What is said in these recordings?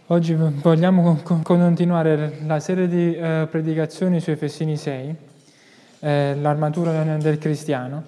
Oggi vogliamo continuare la serie di predicazioni su Efesini 6, l'armatura del cristiano.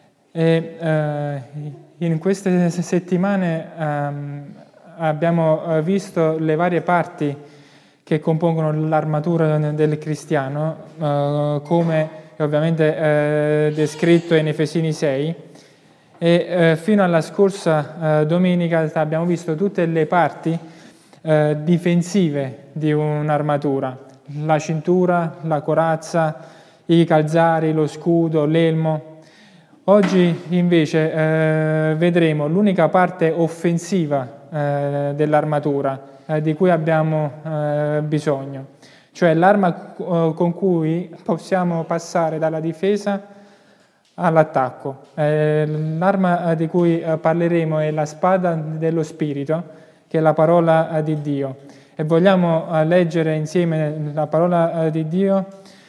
In queste settimane abbiamo visto le varie parti che compongono l'armatura del cristiano, come ovviamente descritto in Efesini 6, e fino alla scorsa domenica abbiamo visto tutte le parti difensive di un'armatura: la cintura, la corazza, i calzari, lo scudo, l'elmo. Oggi invece vedremo l'unica parte offensiva dell'armatura di cui abbiamo bisogno, cioè l'arma con cui possiamo passare dalla difesa all'attacco. L'arma di cui parleremo è la spada dello Spirito, che è la parola di Dio. E vogliamo leggere insieme la parola di Dio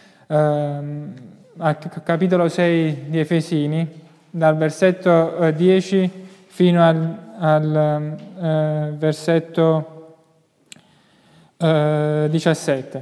al capitolo 6 di Efesini, dal versetto 10 fino al versetto 17.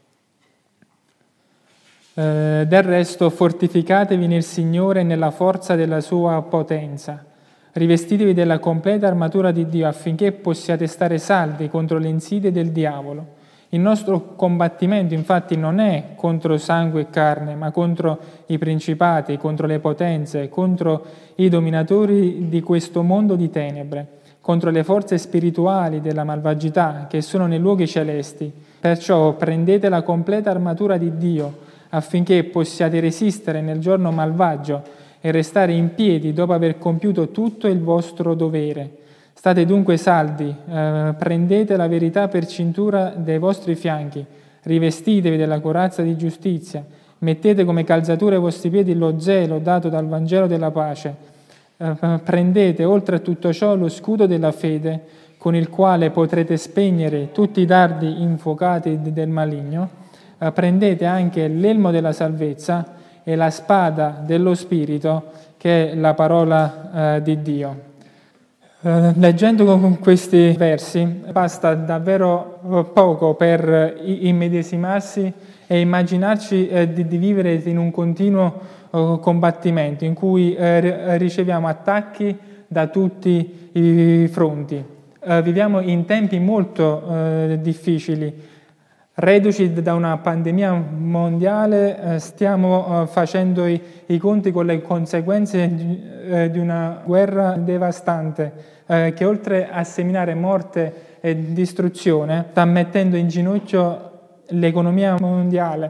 Del resto fortificatevi nel Signore e nella forza della sua potenza. Rivestitevi della completa armatura di Dio affinché possiate stare saldi contro le insidie del diavolo. Il nostro combattimento infatti non è contro sangue e carne, ma contro i principati, contro le potenze, contro i dominatori di questo mondo di tenebre, contro le forze spirituali della malvagità che sono nei luoghi celesti. Perciò prendete la completa armatura di Dio affinché possiate resistere nel giorno malvagio e restare in piedi dopo aver compiuto tutto il vostro dovere. State dunque saldi, prendete la verità per cintura dei vostri fianchi, rivestitevi della corazza di giustizia, mettete come calzatura ai vostri piedi lo zelo dato dal Vangelo della pace, prendete oltre a tutto ciò lo scudo della fede, con il quale potrete spegnere tutti i dardi infuocati del maligno, prendete anche l'elmo della salvezza e la spada dello Spirito, che è la parola di Dio. Leggendo con questi versi basta davvero poco per immedesimarsi e immaginarci di vivere in un continuo combattimento in cui riceviamo attacchi da tutti i fronti. Viviamo in tempi molto difficili. Reduci da una pandemia mondiale, stiamo facendo i conti con le conseguenze di una guerra devastante che, oltre a seminare morte e distruzione, sta mettendo in ginocchio l'economia mondiale.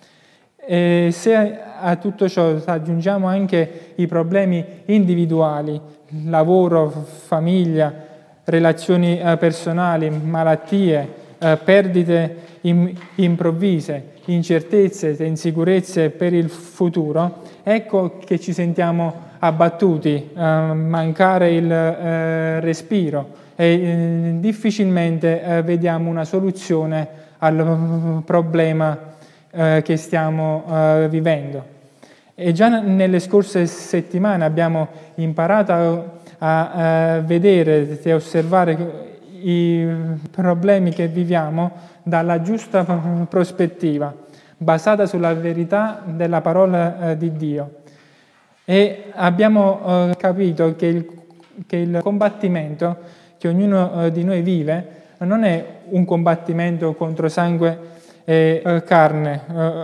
E se a tutto ciò aggiungiamo anche i problemi individuali, lavoro, famiglia, relazioni personali, malattie, perdite improvvise, incertezze e insicurezze per il futuro, ecco che ci sentiamo abbattuti, mancare il respiro e difficilmente vediamo una soluzione al problema che stiamo vivendo. E già nelle scorse settimane abbiamo imparato a vedere e osservare i problemi che viviamo dalla giusta prospettiva, basata sulla verità della parola di Dio. E abbiamo capito che il combattimento che ognuno di noi vive non è un combattimento contro sangue e carne,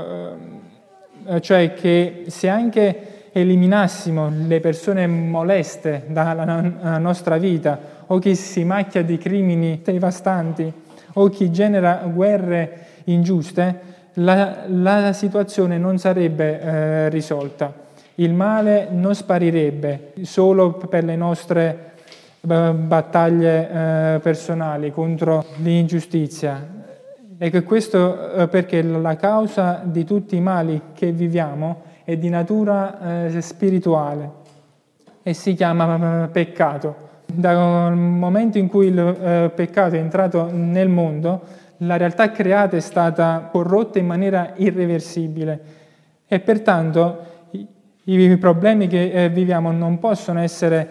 cioè che se anche eliminassimo le persone moleste dalla nostra vita, o chi si macchia di crimini devastanti, o chi genera guerre ingiuste, la situazione non sarebbe risolta. Il male non sparirebbe solo per le nostre battaglie personali contro l'ingiustizia. E che questo perché la causa di tutti i mali che viviamo è di natura spirituale e si chiama peccato. Dal momento in cui il peccato è entrato nel mondo, la realtà creata è stata corrotta in maniera irreversibile e pertanto i problemi che viviamo non possono essere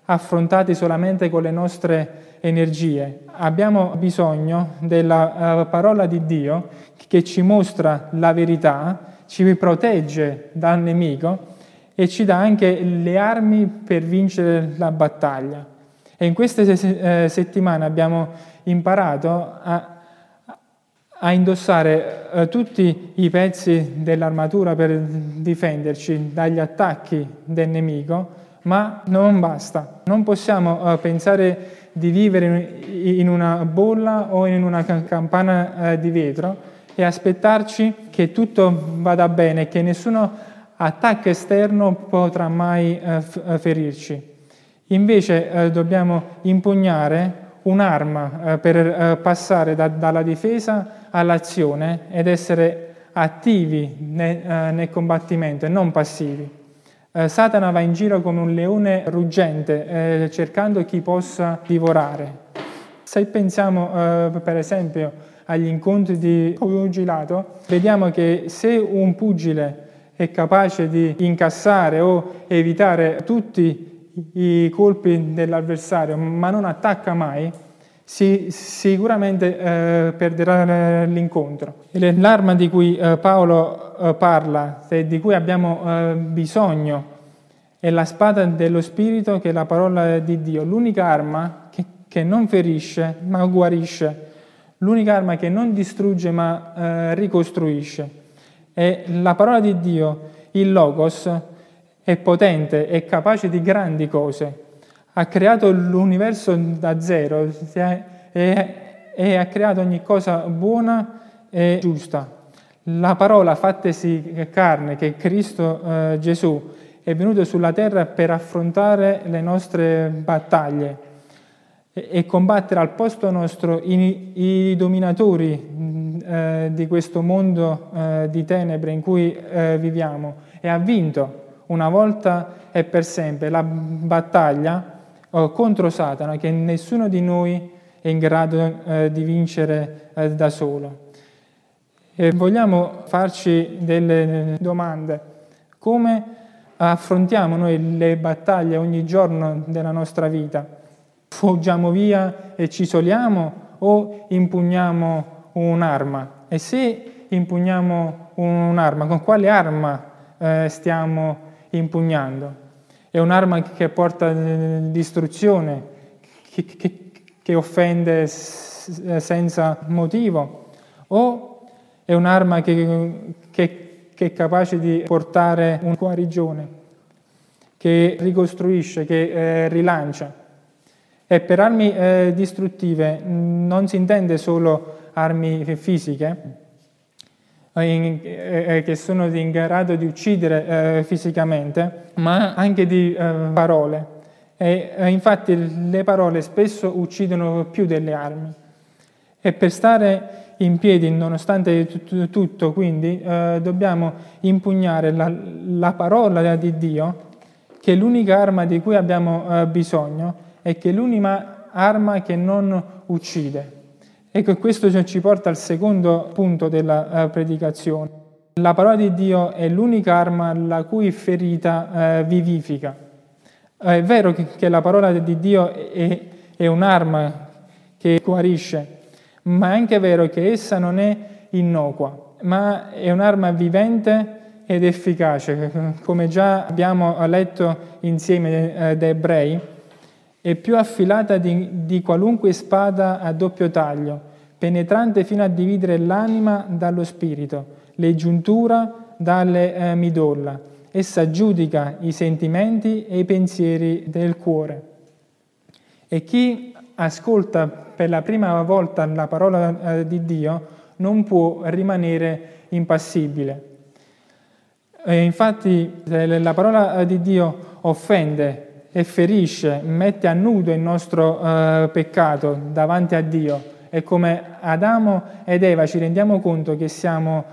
affrontati solamente con le nostre energie. Abbiamo bisogno della parola di Dio che ci mostra la verità, ci protegge dal nemico e ci dà anche le armi per vincere la battaglia. E in queste settimane abbiamo imparato a indossare tutti i pezzi dell'armatura per difenderci dagli attacchi del nemico, ma non basta. Non possiamo pensare di vivere in una bolla o in una campana di vetro e aspettarci che tutto vada bene, che nessuno attacco esterno potrà mai ferirci. Invece dobbiamo impugnare un'arma per passare dalla difesa all'azione ed essere attivi nel combattimento e non passivi. Satana va in giro come un leone ruggente, cercando chi possa divorare. Se pensiamo per esempio agli incontri di pugilato, vediamo che se un pugile è capace di incassare o evitare tutti i colpi dell'avversario, ma non attacca mai, sicuramente perderà l'incontro. L'arma di cui Paolo parla e di cui abbiamo bisogno è la spada dello Spirito, che è la parola di Dio, l'unica arma che non ferisce ma guarisce, l'unica arma che non distrugge ma ricostruisce. E la parola di Dio, il Logos, è potente, è capace di grandi cose. Ha creato l'universo da zero e ha creato ogni cosa buona e giusta. La parola fattasi carne, che è Cristo Gesù, è venuto sulla terra per affrontare le nostre battaglie e combattere al posto nostro i dominatori di questo mondo di tenebre in cui viviamo, e ha vinto una volta e per sempre la battaglia contro Satana, che nessuno di noi è in grado di vincere da solo. E vogliamo farci delle domande. Come affrontiamo noi le battaglie ogni giorno della nostra vita? Fuggiamo via e ci isoliamo o impugniamo un'arma? E se impugniamo un'arma, con quale arma stiamo impugnando? È un'arma che porta distruzione, che offende senza motivo, o è un'arma che è capace di portare una guarigione, che ricostruisce, che rilancia? E per armi distruttive non si intende solo armi fisiche, che sono in grado di uccidere fisicamente, ma anche di parole. E infatti le parole spesso uccidono più delle armi. E per stare in piedi, nonostante tutto, quindi, dobbiamo impugnare la parola di Dio, che è l'unica arma di cui abbiamo bisogno e che è l'unica arma che non uccide. Ecco, questo ci porta al secondo punto della predicazione. La parola di Dio è l'unica arma la cui ferita vivifica. È vero che la parola di Dio è un'arma che guarisce, ma è anche vero che essa non è innocua, ma è un'arma vivente ed efficace. Come già abbiamo letto insieme da Ebrei, è più affilata di qualunque spada a doppio taglio, penetrante fino a dividere l'anima dallo spirito, le giunture dalle midolla. Essa giudica i sentimenti e i pensieri del cuore. E chi ascolta per la prima volta la parola di Dio non può rimanere impassibile. E infatti la parola di Dio offende e ferisce, mette a nudo il nostro peccato davanti a Dio. E come Adamo ed Eva ci rendiamo conto chi siamo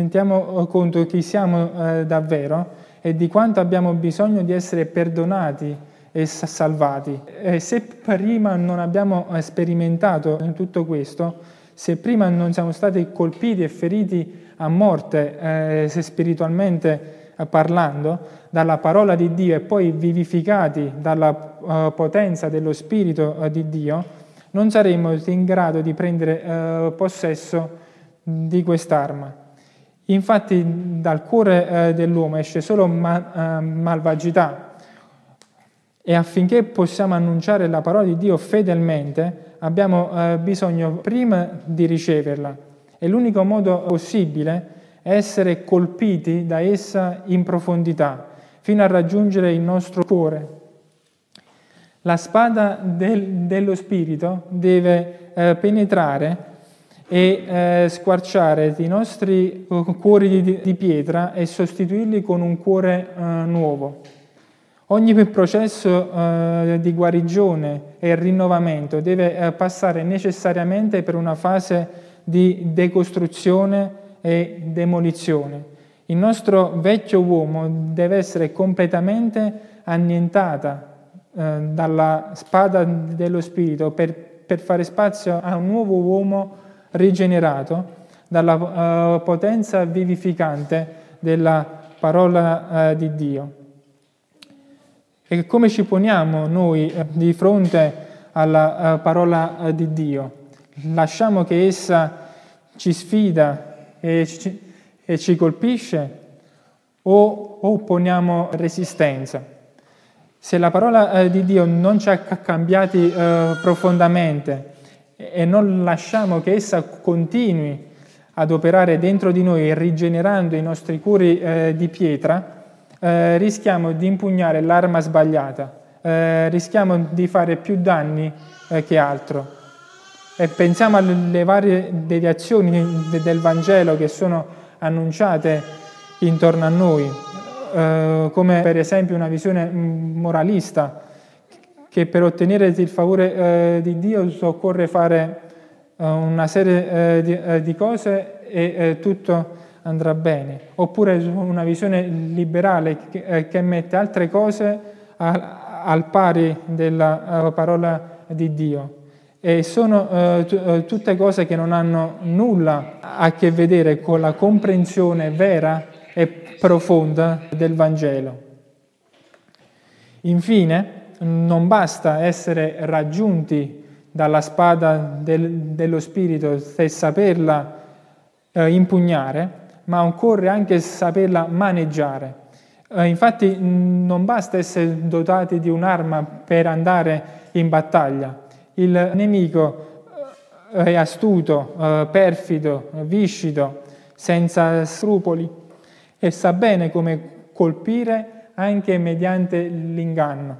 davvero e di quanto abbiamo bisogno di essere perdonati e salvati. E se prima non abbiamo sperimentato tutto questo, se prima non siamo stati colpiti e feriti a morte, se spiritualmente parlando, dalla parola di Dio e poi vivificati dalla potenza dello Spirito di Dio, non saremo in grado di prendere possesso di quest'arma. Infatti dal cuore dell'uomo esce solo malvagità, e affinché possiamo annunciare la parola di Dio fedelmente abbiamo bisogno prima di riceverla, e l'unico modo possibile è essere colpiti da essa in profondità fino a raggiungere il nostro cuore. La spada dello Spirito deve penetrare e squarciare i nostri cuori di pietra e sostituirli con un cuore nuovo. Ogni processo di guarigione e rinnovamento deve passare necessariamente per una fase di decostruzione e demolizione. Il nostro vecchio uomo deve essere completamente annientata dalla spada dello Spirito per fare spazio a un nuovo uomo rigenerato dalla potenza vivificante della parola di Dio. E come ci poniamo noi di fronte alla parola di Dio? Lasciamo che essa ci sfida e ci colpisce o opponiamo resistenza? Se la parola di Dio non ci ha cambiati profondamente e non lasciamo che essa continui ad operare dentro di noi, rigenerando i nostri cuori di pietra, rischiamo di impugnare l'arma sbagliata, rischiamo di fare più danni che altro. E pensiamo alle varie deviazioni del Vangelo che sono annunciate intorno a noi, come per esempio una visione moralista, che per ottenere il favore di Dio occorre fare una serie di cose e tutto andrà bene, oppure una visione liberale che mette altre cose al pari della parola di Dio, e sono tutte cose che non hanno nulla a che vedere con la comprensione vera e profonda del Vangelo. Infine, non basta essere raggiunti dalla spada dello Spirito e saperla impugnare, ma occorre anche saperla maneggiare. Infatti non basta essere dotati di un'arma per andare in battaglia. Il nemico è astuto, perfido, viscido, senza scrupoli, e sa bene come colpire anche mediante l'inganno.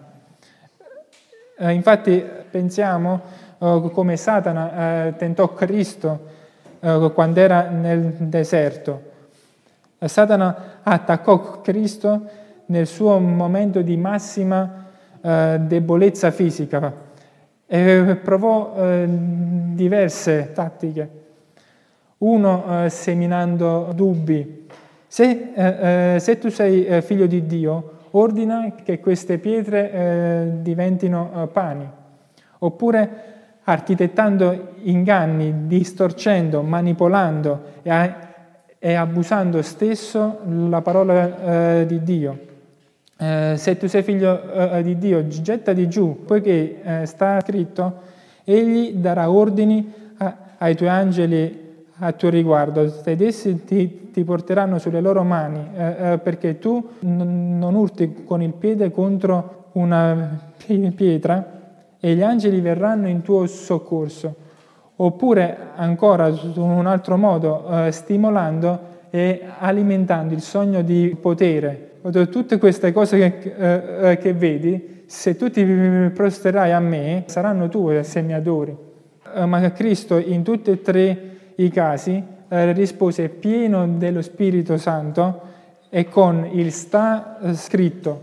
Infatti pensiamo come Satana tentò Cristo quando era nel deserto. Satana attaccò Cristo nel suo momento di massima debolezza fisica e provò diverse tattiche. Uno, seminando dubbi. Se tu sei figlio di Dio, ordina che queste pietre diventino pani. Oppure architettando inganni, distorcendo, manipolando e abusando stesso la parola di Dio. Se tu sei figlio di Dio, gettati giù, poiché sta scritto: egli darà ordini ai tuoi angeli a tuo riguardo, ed essi ti porteranno sulle loro mani, perché tu non urti con il piede contro una pietra, e gli angeli verranno in tuo soccorso. Oppure ancora, su un altro modo, stimolando e alimentando il sogno di potere. Tutte queste cose che vedi, se tu ti prosterai a me, saranno tue se mi adori. Ma Cristo in tutti e tre i casi rispose pieno dello Spirito Santo e con il sta scritto.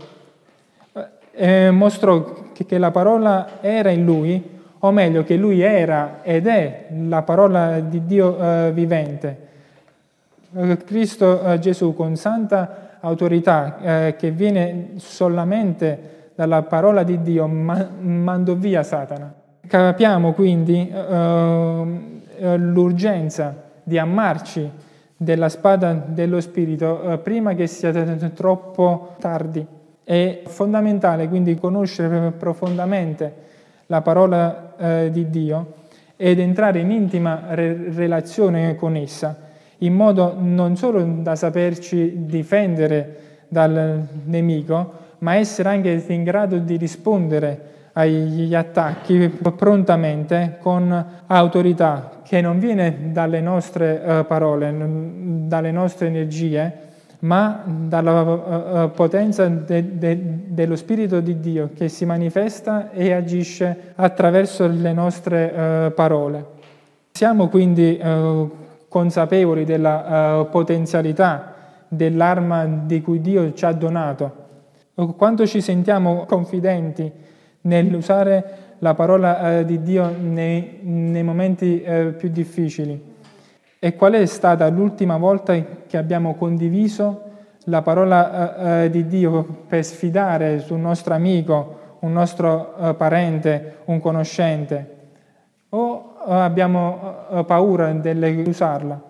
Mostrò che la parola era in lui, o meglio che lui era ed è la parola di Dio vivente. Cristo Gesù, con santa autorità che viene solamente dalla parola di Dio, mandò via Satana. Capiamo quindi l'urgenza di amarci della spada dello Spirito prima che sia troppo tardi. È fondamentale quindi conoscere profondamente la parola di Dio ed entrare in intima relazione con essa, in modo non solo da saperci difendere dal nemico, ma essere anche in grado di rispondere agli attacchi prontamente con autorità, che non viene dalle nostre parole, dalle nostre energie, ma dalla potenza dello Spirito di Dio che si manifesta e agisce attraverso le nostre parole. Siamo quindi consapevoli della potenzialità dell'arma di cui Dio ci ha donato. Quanto ci sentiamo confidenti nell'usare la parola di Dio nei momenti più difficili? E qual è stata l'ultima volta che abbiamo condiviso la parola di Dio per sfidare sul nostro amico, un nostro parente, un conoscente? O abbiamo paura di usarla?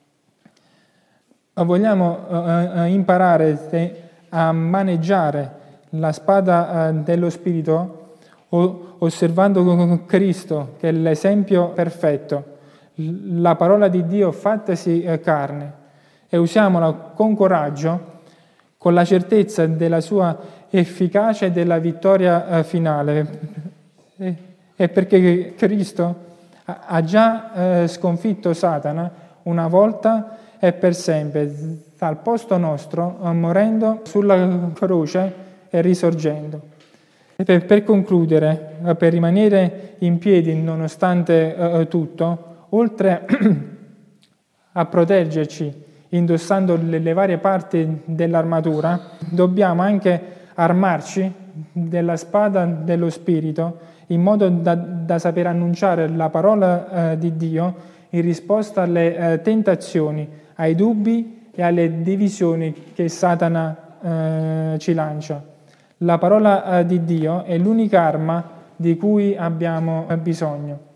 Vogliamo imparare a maneggiare la spada dello Spirito osservando Cristo, che è l'esempio perfetto, la parola di Dio fattasi carne, e usiamola con coraggio, con la certezza della sua efficacia e della vittoria finale. E perché Cristo ha già sconfitto Satana una volta e per sempre, al posto nostro, morendo sulla croce e risorgendo. E per concludere, per rimanere in piedi nonostante tutto, oltre a proteggerci indossando le varie parti dell'armatura, dobbiamo anche armarci della spada dello Spirito in modo da saper annunciare la parola di Dio in risposta alle tentazioni, ai dubbi e alle divisioni che Satana ci lancia. La parola di Dio è l'unica arma di cui abbiamo bisogno.